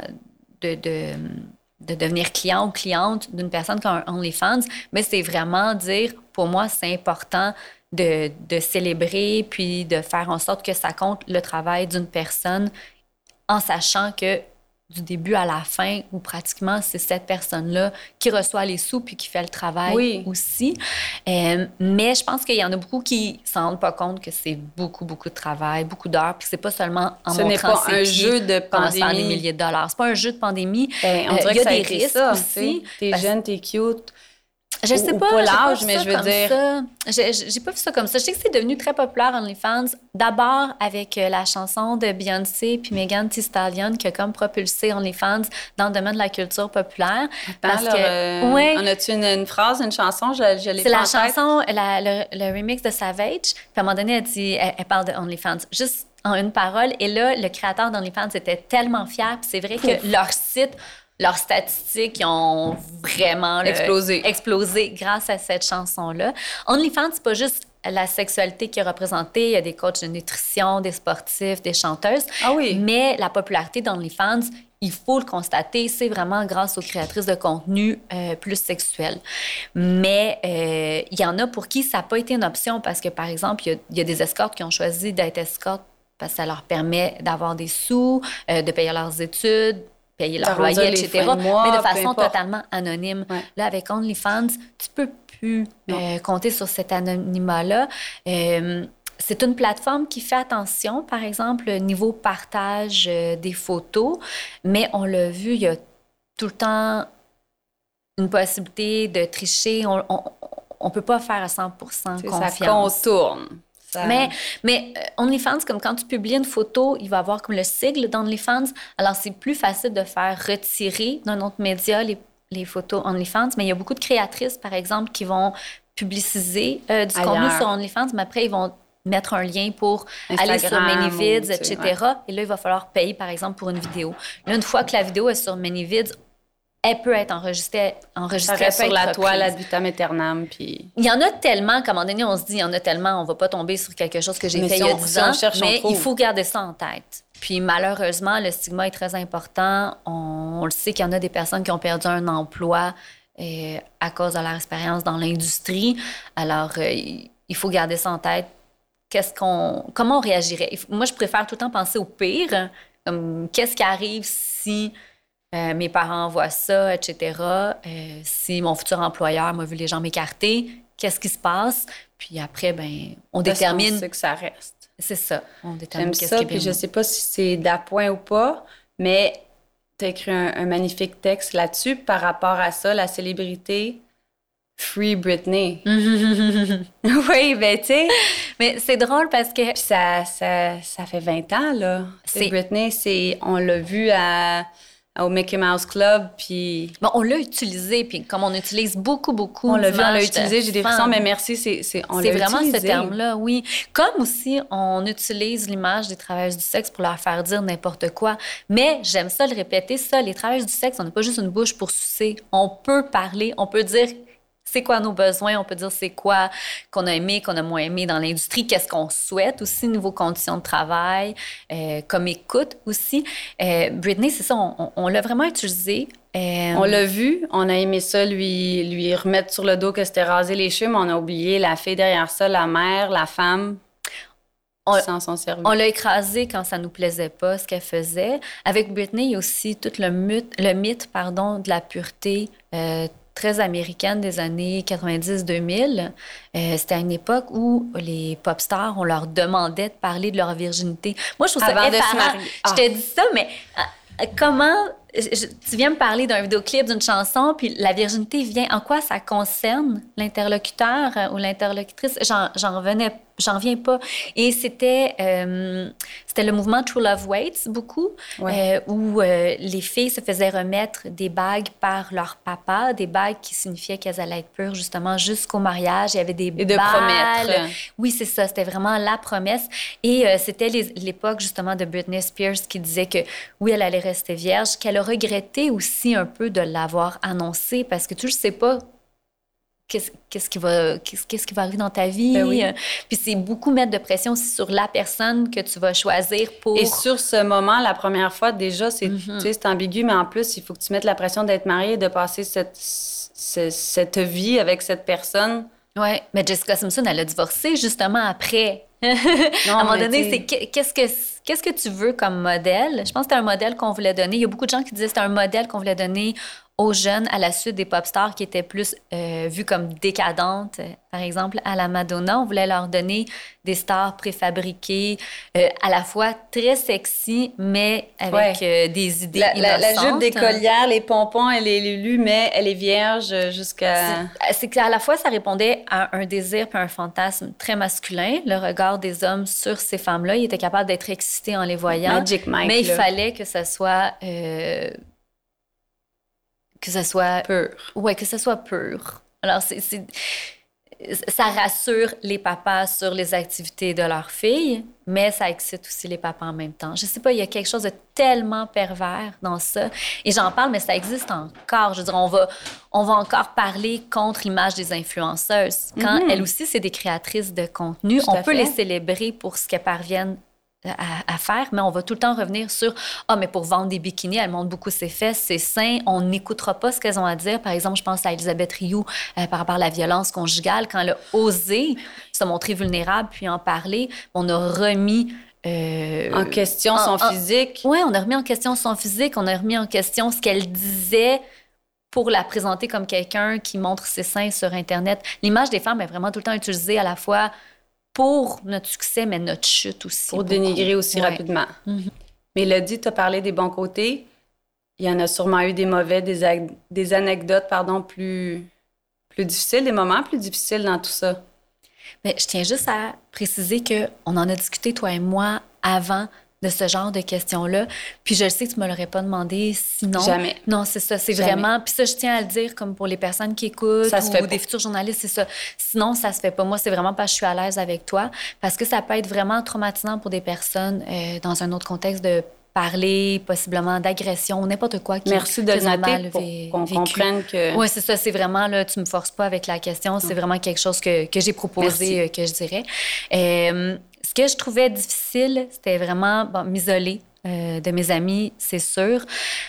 de, de, de devenir client ou cliente d'une personne qui a un OnlyFans, mais c'est vraiment dire, pour moi, c'est important de, de célébrer puis de faire en sorte que ça compte le travail d'une personne en sachant que du début à la fin, ou pratiquement, c'est cette personne-là qui reçoit les sous puis qui fait le travail Oui. aussi. Euh, mais je pense qu'il y en a beaucoup qui ne s'en rendent pas compte que c'est beaucoup, beaucoup de travail, beaucoup d'heures, puis c'est pas seulement en Ce n'est montrant pas ses un pieds jeu de pendant ce temps des pandémie. milliers de dollars. C'est pas un jeu de pandémie. Ben, on Euh, dirait il y a que ça des a été risques ça, aussi, tu sais. T'es parce- jeune, t'es cute. Je Ou- sais ou pas, pas j'ai l'âge, vu mais ça je veux comme dire- ça. J'ai j'ai pas vu ça comme ça. Je sais que c'est devenu très populaire OnlyFans. D'abord avec euh, la chanson de Beyoncé puis Megan Thee Stallion qui a comme propulsé OnlyFans dans le domaine de la culture populaire. Parce Parce que, euh, ouais. On a-tu une, une phrase, une chanson? Je, je l'ai C'est pas la en tête. chanson, la- le, le remix de Savage. Puis à un moment donné, elle, dit, elle, elle parle de OnlyFans juste en une parole. Et là, le créateur d'OnlyFans était tellement fier. Puis c'est vrai que leur site, leurs statistiques ils ont vraiment là, Explosé. explosé grâce à cette chanson-là. OnlyFans, c'est pas juste la sexualité qui est représentée. Il y a des coachs de nutrition, des sportifs, des chanteuses. Ah oui. Mais la popularité d'OnlyFans, il faut le constater, c'est vraiment grâce aux créatrices de contenu euh, plus sexuels. Mais euh, il y en a pour qui ça n'a pas été une option parce que, par exemple, il y a, il y a des escortes qui ont choisi d'être escortes parce que ça leur permet d'avoir des sous, euh, de payer leurs études, payer leur D'arrondir loyer, les et cetera, fins de mois, mais de peu façon importe. totalement anonyme. Ouais. Là, avec OnlyFans, tu peux plus euh, compter sur cet anonymat-là. Euh, c'est une plateforme qui fait attention, par exemple, au niveau partage euh, des photos, mais on l'a vu, il y a tout le temps une possibilité de tricher. On ne peut pas faire à cent pour cent Tu sais, confiance. ça contourne. Ça- Mais, mais euh, OnlyFans, comme quand tu publies une photo, il va avoir comme le sigle d'OnlyFans. Alors, c'est plus facile de faire retirer d'un autre média les, les photos OnlyFans. Mais il y a beaucoup de créatrices, par exemple, qui vont publiciser euh, du Ailleurs. contenu sur OnlyFans, mais après, ils vont mettre un lien pour aller sur Instagram ManyVids, ou, tu sais, et cetera. Et là, il va falloir payer, par exemple, pour une vidéo. Là, une fois que la vidéo est sur ManyVids, elle peut être enregistrée, enregistrée Ça reste sur la toile reprise. ad vitam aeternam, puis... Il y en a tellement, qu'à un moment donné, on se dit, il y en a tellement, on va pas tomber sur quelque chose que j'ai Mais fait si il y a on- dix si on ans, cherche, on mais trouve. il faut garder ça en tête. Puis malheureusement, le stigma est très important. On, on le sait qu'il y en a des personnes qui ont perdu un emploi euh, à cause de leur expérience dans l'industrie. Alors, euh, il faut garder ça en tête. Qu'est-ce qu'on, comment on réagirait? Il faut- Moi, je préfère tout le temps penser au pire. Comme, qu'est-ce qui arrive si euh, mes parents voient ça, et cetera. Euh, si mon futur employeur m'a vu les gens m'écarter, qu'est-ce qui se passe? Puis après, ben, on Parce qu'on détermine. sait que ça reste. C'est ça. On détermine J'aime qu'est-ce ça, qui est puis bien. je sais pas si c'est d'appoint ou pas, mais tu as écrit un, un magnifique texte là-dessus par rapport à ça, la célébrité Free Britney. Oui, ben tu sais, Mais c'est drôle parce que puis ça, ça, ça fait vingt ans, là. C'est- C'est Britney, c'est, on l'a vu à, au Mickey Mouse Club, puis bon, on l'a utilisé, puis comme on utilise beaucoup, beaucoup. on l'a vu, on l'a d'images de utilisé, j'ai des femmes. frissons, mais merci, c'est, c'est, on C'est l'a vraiment utilisé. ce terme-là, oui. Comme aussi, on utilise l'image des travailleuses du sexe pour leur faire dire n'importe quoi. Mais j'aime ça le répéter, ça, les travailleuses du sexe, on n'a pas juste une bouche pour sucer. On peut parler, on peut dire c'est quoi nos besoins, on peut dire c'est quoi qu'on a aimé, qu'on a moins aimé dans l'industrie, qu'est-ce qu'on souhaite aussi, niveau conditions de travail, euh, comme écoute aussi. Euh, Britney, c'est ça, on, on- on l'a vraiment utilisé. Euh, On l'a vu, on a aimé ça, lui, lui remettre sur le dos que c'était raser les cheveux, mais on a oublié la fille derrière ça, la mère, la femme, On- qui s'en sont servis. On l'a écrasé quand ça nous plaisait pas, ce qu'elle faisait. Avec Britney, il y a aussi tout le mythe, le mythe pardon, de la pureté euh, très américaine des années quatre-vingt-dix deux mille. Euh, c'était à une époque où les pop stars, on leur demandait de parler de leur virginité. Moi, je trouve ça Avant de se effarant. marier. Ah. Je te dis ça, mais euh, comment... je- je- tu viens me parler d'un vidéoclip, d'une chanson, puis la virginité vient... En quoi ça concerne l'interlocuteur euh, ou l'interlocutrice? J'en, j'en revenais J'en reviens pas. Et c'était, euh, c'était le mouvement True Love Waits, beaucoup, Ouais. euh, où euh, les filles se faisaient remettre des bagues par leur papa, des bagues qui signifiaient qu'elles allaient être pures, justement, jusqu'au mariage. Il y avait des Et de balles. promettre. Oui, c'est ça. C'était vraiment la promesse. Et euh, c'était les- l'époque, justement, de Britney Spears qui disait que, oui, elle allait rester vierge, qu'elle a regretté aussi un peu de l'avoir annoncé parce que tu ne sais pas qu'est-ce, qu'est-ce qui va, qu'est-ce, qu'est-ce qui va arriver dans ta vie. Ben oui. Euh, Puis c'est beaucoup mettre de pression aussi sur la personne que tu vas choisir pour... Et sur ce moment, la première fois, déjà, c'est, tu sais, c'est ambigu, mais en plus, il faut que tu mettes la pression d'être marié et de passer cette, ce- cette vie avec cette personne. Oui, mais Jessica Simpson, elle a divorcé justement après. Non, à un moment mais donné, t'sais- c'est que- qu'est-ce que, qu'est-ce que tu veux comme modèle? Je pense que c'était un modèle qu'on voulait donner. Il y a beaucoup de gens qui disaient que c'était un modèle qu'on voulait donner aux jeunes à la suite des pop stars qui étaient plus euh, vues comme décadentes. Euh, Par exemple, à la Madonna, on voulait leur donner des stars préfabriquées, euh, à la fois très sexy, mais avec euh, des idées La, la, la jupe innocentes. d'écolière, les pompons, elle est lulu, mais elle est vierge jusqu'à... C'est- C'est qu'à la fois, ça répondait à un désir puis un fantasme très masculin. Le regard des hommes sur ces femmes-là, ils étaient capables d'être excités en les voyant. Magic Mike, mais il là. fallait que ça soit... euh, que ça soit... Pur. Ouais, que ça soit pur. Alors, c'est... c'est- ça rassure les papas sur les activités de leurs filles, mais ça excite aussi les papas en même temps. Je sais pas, il y a quelque chose de tellement pervers dans ça. Et j'en parle, mais ça existe encore. Je veux dire, on va, on va encore parler contre l'image des influenceuses. Quand Mhm. elles aussi, c'est des créatrices de contenu, Tout on à peut fait. les célébrer pour ce qu'elles parviennent à, à faire, mais on va tout le temps revenir sur « Ah, mais pour vendre des bikinis, elle montre beaucoup ses fesses, ses seins. On n'écoutera pas ce qu'elles ont à dire. » Par exemple, je pense à Elisabeth Rioux euh, par rapport à la violence conjugale. Quand elle a osé se montrer vulnérable puis en parler, on a remis... euh, En question, en- son en- physique. Oui, on a remis en question son physique, on a remis en question ce qu'elle disait pour la présenter comme quelqu'un qui montre ses seins sur Internet. L'image des femmes est vraiment tout le temps utilisée à la fois pour notre succès, mais notre chute aussi. Pour beaucoup. dénigrer aussi Ouais. rapidement. Mhm. Mélodie, tu as parlé des bons côtés. Il y en a sûrement eu des mauvais, des, ag- des anecdotes, pardon, plus, plus difficiles, des moments plus difficiles dans tout ça. Mais je tiens juste à préciser qu'on en a discuté, toi et moi, avant de ce genre de questions-là. Puis je sais que tu me l'aurais pas demandé sinon. Jamais. Non, c'est ça. C'est Jamais. vraiment... Puis ça, je tiens à le dire comme pour les personnes qui écoutent Ça se ou fait pas. des futurs journalistes, c'est ça. Sinon, ça se fait pas. Moi, c'est vraiment parce que je suis à l'aise avec toi. Parce que ça peut être vraiment traumatisant pour des personnes euh, dans un autre contexte de parler possiblement d'agression, n'importe quoi qui Merci de le qu'ils ont noter mal pour vé- qu'on vécu. comprenne que... Oui, c'est ça. C'est vraiment, là, tu me forces pas avec la question. C'est vraiment quelque chose que, que j'ai proposé, euh, que je dirais. Euh, ce que je trouvais difficile, c'était vraiment bon, m'isoler euh, de mes amis, c'est sûr.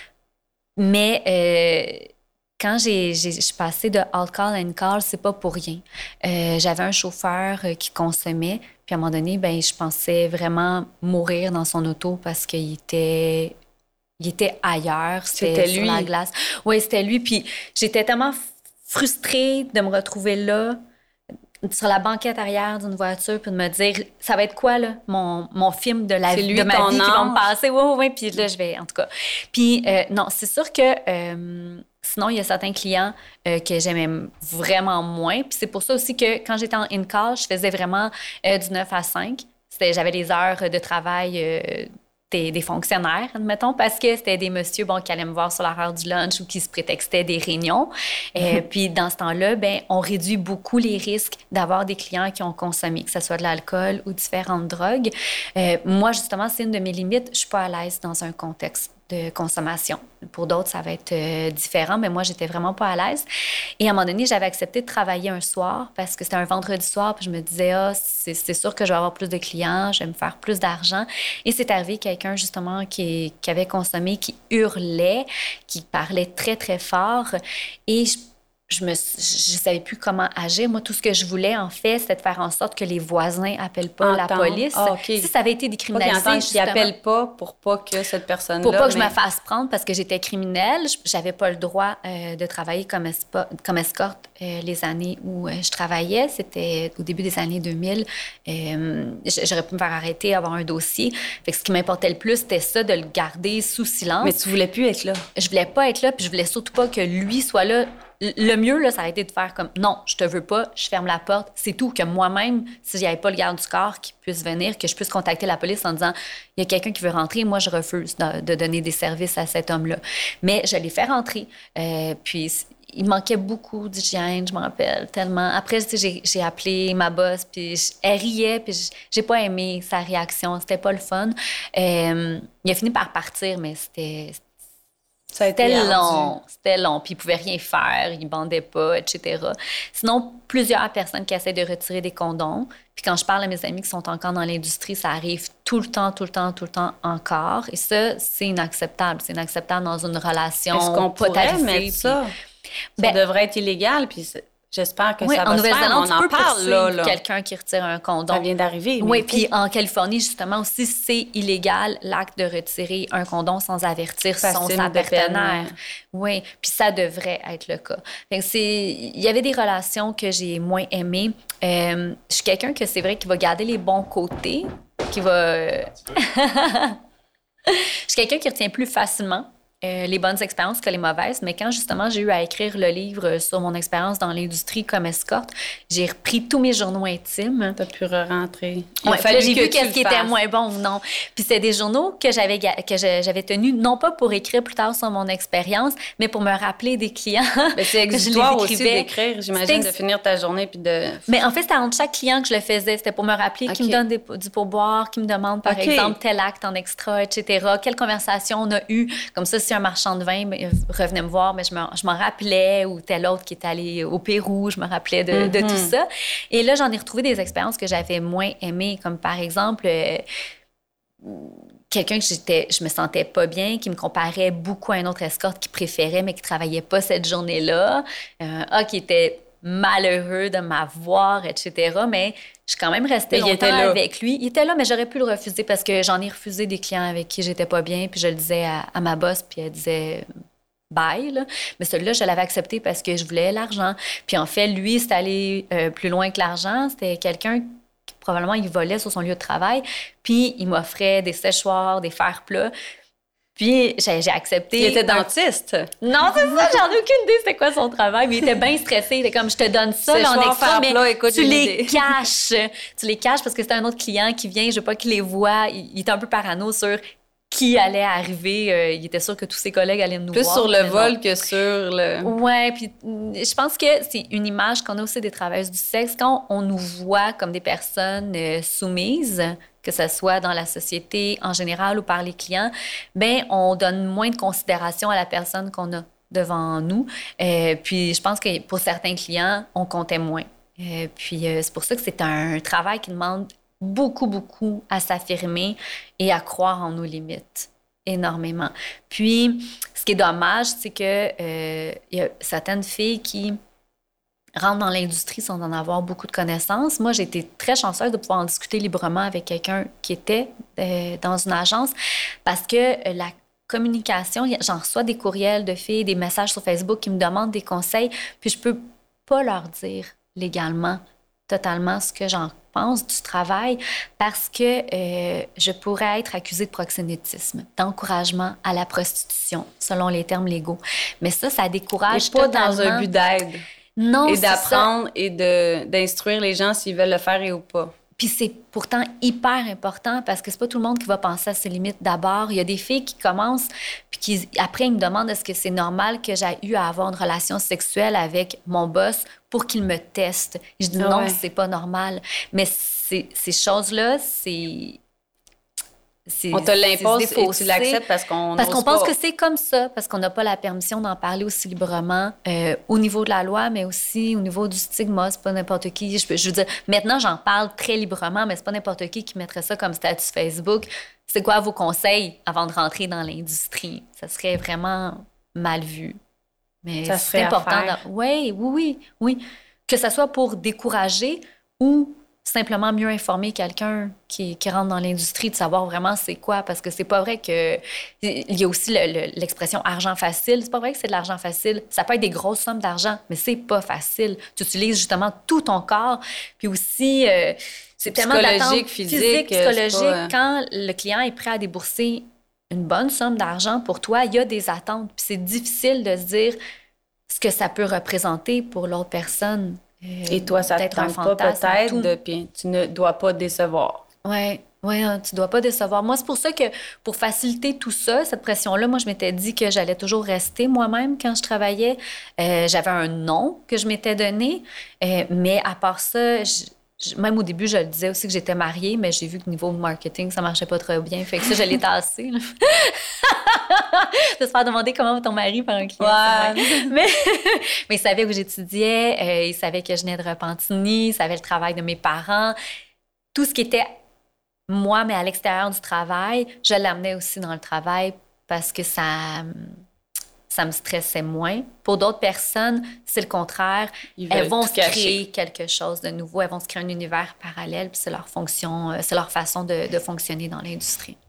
Mais euh, quand j'ai, j'ai, je suis passée de alcool à in-call, c'est pas pour rien. Euh, j'avais un chauffeur euh, qui consommait. Puis à un moment donné, ben, je pensais vraiment mourir dans son auto parce qu'il était... Il était ailleurs, c'était, C'était sur lui. la glace. Oui, c'était lui. Puis j'étais tellement frustrée de me retrouver là, sur la banquette arrière d'une voiture, puis de me dire, ça va être quoi, là, mon, mon film de, la, C'est lui, de ma ton vie qui va me ange. passer? Oui, oui, oui. Puis là, je vais, en tout cas. Puis euh, non, c'est sûr que euh, sinon, il y a certains clients euh, que j'aimais vraiment moins. Puis c'est pour ça aussi que quand j'étais en in-call, je faisais vraiment euh, du neuf à cinq. C'était, j'avais des heures de travail... Euh, Des, des fonctionnaires, admettons, parce que c'était des messieurs bon, qui allaient me voir sur l'heure du lunch ou qui se prétextaient des réunions. Et puis, dans ce temps-là, ben, on réduit beaucoup les risques d'avoir des clients qui ont consommé, que ce soit de l'alcool ou différentes drogues. Euh, moi, justement, c'est une de mes limites. Je suis pas à l'aise dans un contexte de consommation. Pour d'autres, ça va être euh, différent, mais moi, j'étais vraiment pas à l'aise. Et à un moment donné, j'avais accepté de travailler un soir parce que c'était un vendredi soir, puis je me disais, ah, c'est, c'est sûr que je vais avoir plus de clients, je vais me faire plus d'argent. Et c'est arrivé quelqu'un, justement, qui, qui avait consommé, qui hurlait, qui parlait très, très fort. Et je je me je savais plus comment agir. Moi, tout ce que je voulais, en fait, c'était de faire en sorte que les voisins appellent pas la Entendre. police. Ah, OK. Si ça avait été Pas qu'ils décriminalisé, entendent qu'ils justement, appellent pas pour pas que cette personne-là... pour pas que je mais- me fasse prendre parce que j'étais criminelle, je- j'avais pas le droit euh, de travailler comme, espo- comme escorte euh, les années où euh, je travaillais. C'était au début des années deux mille. Euh, j- j'aurais pu me faire arrêter, avoir un dossier. Fait que ce qui m'importait le plus, c'était ça, de le garder sous silence. Mais tu voulais plus être là. Je voulais pas être là, puis je voulais surtout pas que lui soit là. Le mieux, là, ça aurait été de faire comme non, je te veux pas, je ferme la porte, c'est tout. Que moi-même, si j'avais pas le garde du corps qui puisse venir, que je puisse contacter la police en disant il y a quelqu'un qui veut rentrer, moi, je refuse de, de donner des services à cet homme-là. Mais je l'ai fait rentrer. Euh, puis il manquait beaucoup d'hygiène, je me rappelle tellement. Après, tu sais, j'ai, j'ai appelé ma boss, puis je- elle riait, puis je- j'ai pas aimé sa réaction. C'était pas le fun. Euh, il a fini par partir, mais c'était. Ça a été C'était ardu. long, c'était long, puis il pouvait rien faire, il bandait pas, et cetera. Sinon, plusieurs personnes qui essaient de retirer des condoms. Puis quand je parle à mes amis qui sont encore dans l'industrie, ça arrive tout le temps, tout le temps, tout le temps encore. Et ça, c'est inacceptable. C'est inacceptable dans une relation. Est-ce qu'on pas pourrait tarifée, mettre puis- ça? Ben- ça devrait être illégal, puis c'est- j'espère que Oui, ça va en se faire. Nouvelle-Zélande, On tu en peux parle, là. poursuivre là. quelqu'un qui retire un condom. Ça vient d'arriver. Oui, mais puis en Californie, justement, aussi, c'est illégal l'acte de retirer un condom sans avertir son Passible sa de partenaire. peine. Oui, puis ça devrait être le cas. Fait que c'est... Il y avait des relations que j'ai moins aimées. Euh, je suis quelqu'un que c'est vrai qui va garder les bons côtés, qui va... Je suis quelqu'un qui retient plus facilement euh, les bonnes expériences que les mauvaises, mais quand justement j'ai eu à écrire le livre sur mon expérience dans l'industrie comme escorte, j'ai repris tous mes journaux intimes. T'as pu re-rentrer. Il a Ouais, puis fallu là, j'ai que vu tu qu'est-ce le qui était fasses. moins bon ou non. Puis c'était des journaux que j'avais ga- que je- j'avais tenus non pas pour écrire plus tard sur mon expérience, mais pour me rappeler des clients. Mais c'est que je les exitoire aussi écrivais. d'écrire, j'imagine, C'était de ex- finir ta journée puis de... Mais en fait, c'était entre chaque client que je le faisais. C'était pour me rappeler qui OK. me donne des- du pourboire, qui me demande, par OK. exemple, tel acte en extra, et cetera. Quelle conversation on a eue. Comme ça, si un marchand de vin ben, revenait me voir, mais je, me, je m'en rappelais, ou tel autre qui est allé au Pérou, je me rappelais de, de tout ça. Et là, j'en ai retrouvé des expériences que j'avais moins aimées, comme par exemple... euh, quelqu'un que j'étais, je me sentais pas bien, qui me comparait beaucoup à un autre escorte qui préférait, mais qui travaillait pas cette journée-là. Euh, ah, qui était malheureux de m'avoir, et cetera. Mais je suis quand même restée Mais il longtemps était là. avec lui. Il était là, mais j'aurais pu le refuser parce que j'en ai refusé des clients avec qui j'étais pas bien, puis je le disais à, à ma boss, puis elle disait... bye, là. Mais celui-là, je l'avais accepté parce que je voulais l'argent. Puis en fait, lui, c'est allé euh, plus loin que l'argent. C'était quelqu'un qui, probablement, il volait sur son lieu de travail. Puis il m'offrait des séchoirs, des fers plats. Puis j'ai, j'ai accepté. Il était un- dentiste. Non, c'est ça, j'en ai aucune idée c'était quoi son travail, mais il était bien stressé. Il était comme, je te donne ça là, en Séchoir, extra, fer mais plat, écoute, tu j'ai une les idée. caches. Tu les caches parce que c'est un autre client qui vient, je veux pas qu'il les voit. Il, il est un peu parano sur qui allait arriver. Euh, il était sûr que tous ses collègues allaient nous Plus voir. sur le mais non. vol que sur le... Ouais, puis mm, je pense que c'est une image qu'on a aussi des travailleuses du sexe. Quand on nous voit comme des personnes euh, soumises, que ce soit dans la société en général ou par les clients, bien, on donne moins de considération à la personne qu'on a devant nous. Euh, puis je pense que pour certains clients, on comptait moins. Euh, puis euh, c'est pour ça que c'est un travail qui demande beaucoup, beaucoup à s'affirmer et à croire en nos limites. Énormément. Puis, ce qui est dommage, c'est que euh, y a certaines filles qui rentrent dans l'industrie sans en avoir beaucoup de connaissances. Moi, j'ai été très chanceuse de pouvoir en discuter librement avec quelqu'un qui était euh, dans une agence parce que la communication, j'en reçois des courriels de filles, des messages sur Facebook qui me demandent des conseils, puis je peux pas leur dire légalement totalement ce que j'en pense du travail parce que euh, je pourrais être accusée de proxénétisme, d'encouragement à la prostitution, selon les termes légaux. Mais ça, ça décourage et pas totalement. Dans un but d'aide. Non, et c'est d'apprendre ça. et de, d'instruire les gens s'ils veulent le faire et ou pas. Puis c'est pourtant hyper important parce que c'est pas tout le monde qui va penser à ses limites d'abord. Il y a des filles qui commencent, puis qui, après, ils me demandent est-ce que c'est normal que j'ai eu à avoir une relation sexuelle avec mon boss pour qu'il me teste. Je dis ah non, ouais. c'est pas normal. Mais c'est, ces choses-là, c'est... C'est, on te l'impose et tu l'acceptes parce qu'on Parce qu'on pense pas. que c'est comme ça, parce qu'on n'a pas la permission d'en parler aussi librement euh, au niveau de la loi, mais aussi au niveau du stigma. C'est pas n'importe qui. Je, je veux dire, maintenant, j'en parle très librement, mais c'est pas n'importe qui qui mettrait ça comme statut Facebook. C'est quoi vos conseils avant de rentrer dans l'industrie? Ça serait vraiment mal vu. Mais ça c'est important. De... Oui, oui, oui, oui. Que ça soit pour décourager ou simplement mieux informer quelqu'un qui, qui rentre dans l'industrie, de savoir vraiment c'est quoi, parce que c'est pas vrai que... Il y a aussi le, le, l'expression « argent facile ». C'est pas vrai que c'est de l'argent facile. Ça peut être des grosses sommes d'argent, mais c'est pas facile. Tu utilises justement tout ton corps, puis aussi... Euh, c'est tellement psychologique, physique, physique, psychologique. Pas... Quand le client est prêt à débourser une bonne somme d'argent pour toi, il y a des attentes, puis c'est difficile de se dire ce que ça peut représenter pour l'autre personne. Euh, et toi, ça te tente pas peut-être, de, puis tu ne dois pas décevoir. Oui, oui, hein, tu dois pas décevoir. Moi, c'est pour ça que, pour faciliter tout ça, cette pression-là, moi, je m'étais dit que j'allais toujours rester moi-même quand je travaillais. Euh, j'avais un nom que je m'étais donné, euh, mais à part ça, je, je, même au début, je le disais aussi que j'étais mariée, mais j'ai vu que niveau marketing, ça marchait pas très bien. Fait que ça, je l'ai tassé. De se faire demander comment va ton mari par un client. Ouais. Mais, mais il savait où j'étudiais, euh, il savait que je venais de Repentigny, il savait le travail de mes parents. Tout ce qui était moi, mais à l'extérieur du travail, je l'amenais aussi dans le travail parce que ça, ça me stressait moins. Pour d'autres personnes, c'est le contraire. Elles vont se créer quelque chose de nouveau, elles vont se créer un univers parallèle, puis c'est leur fonction, c'est leur façon de, de fonctionner dans l'industrie.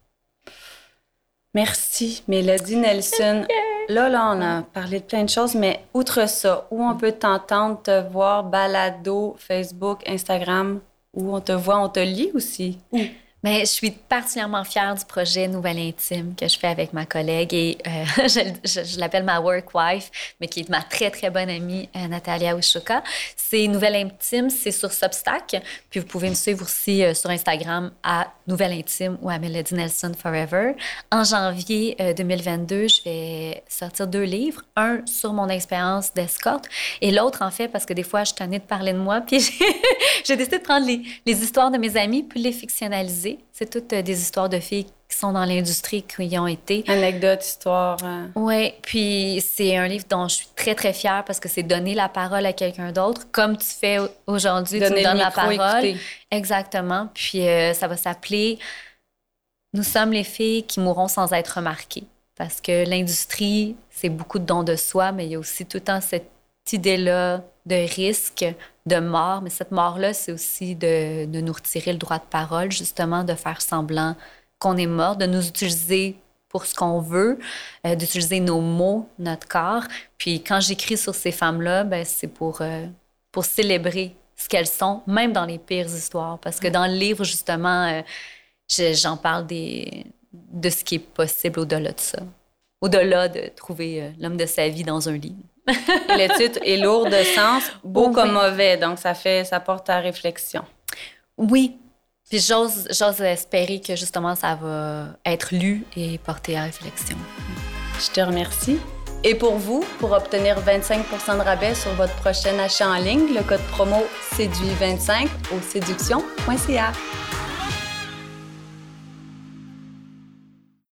Merci, Mélodie Nelson. Là, là, on a parlé de plein de choses, mais outre ça, où on peut t'entendre, te voir, balado, Facebook, Instagram, où on te voit, on te lit aussi? Où? Mais je suis particulièrement fière du projet Nouvelle Intime que je fais avec ma collègue et euh, je, je, je l'appelle ma work wife, mais qui est ma très, très bonne amie, euh, Natalia Ushuka. C'est Nouvelle Intime, c'est sur Substack. Puis vous pouvez me suivre aussi euh, sur Instagram à Nouvelle Intime ou à Mélodie Nelson Forever. En janvier euh, deux mille vingt-deux, je vais sortir deux livres. Un sur mon expérience d'escorte et l'autre, en fait, parce que des fois, je tenais de parler de moi. Puis j'ai, j'ai décidé de prendre les, les histoires de mes amis puis les fictionnaliser. C'est toutes des histoires de filles qui sont dans l'industrie, qui y ont été. Anecdotes, histoires. Hein. Oui, puis c'est un livre dont je suis très, très fière parce que c'est donner la parole à quelqu'un d'autre, comme tu fais aujourd'hui, donner tu me donnes le la micro, parole. Écouter. Exactement. Puis euh, ça va s'appeler « Nous sommes les filles qui mourront sans être remarquées ». Parce que l'industrie, c'est beaucoup de dons de soi, mais il y a aussi tout le temps cette idée-là de risque, de mort. Mais cette mort-là, c'est aussi de, de nous retirer le droit de parole, justement, de faire semblant qu'on est mort, de nous utiliser pour ce qu'on veut, euh, d'utiliser nos mots, notre corps. Puis quand j'écris sur ces femmes-là, ben, c'est pour, euh, pour célébrer ce qu'elles sont, même dans les pires histoires. Parce que dans le livre, justement, euh, je, j'en parle des, de ce qui est possible au-delà de ça. Au-delà de trouver euh, l'homme de sa vie dans un lit. Et le titre est lourd de sens, beau oui. comme mauvais, donc ça fait, ça porte à réflexion. Oui, puis j'ose, j'ose espérer que justement ça va être lu et porté à réflexion. Je te remercie. Et pour vous, pour obtenir vingt-cinq pour cent de rabais sur votre prochain achat en ligne, le code promo séduit vingt-cinq au séduction point c a.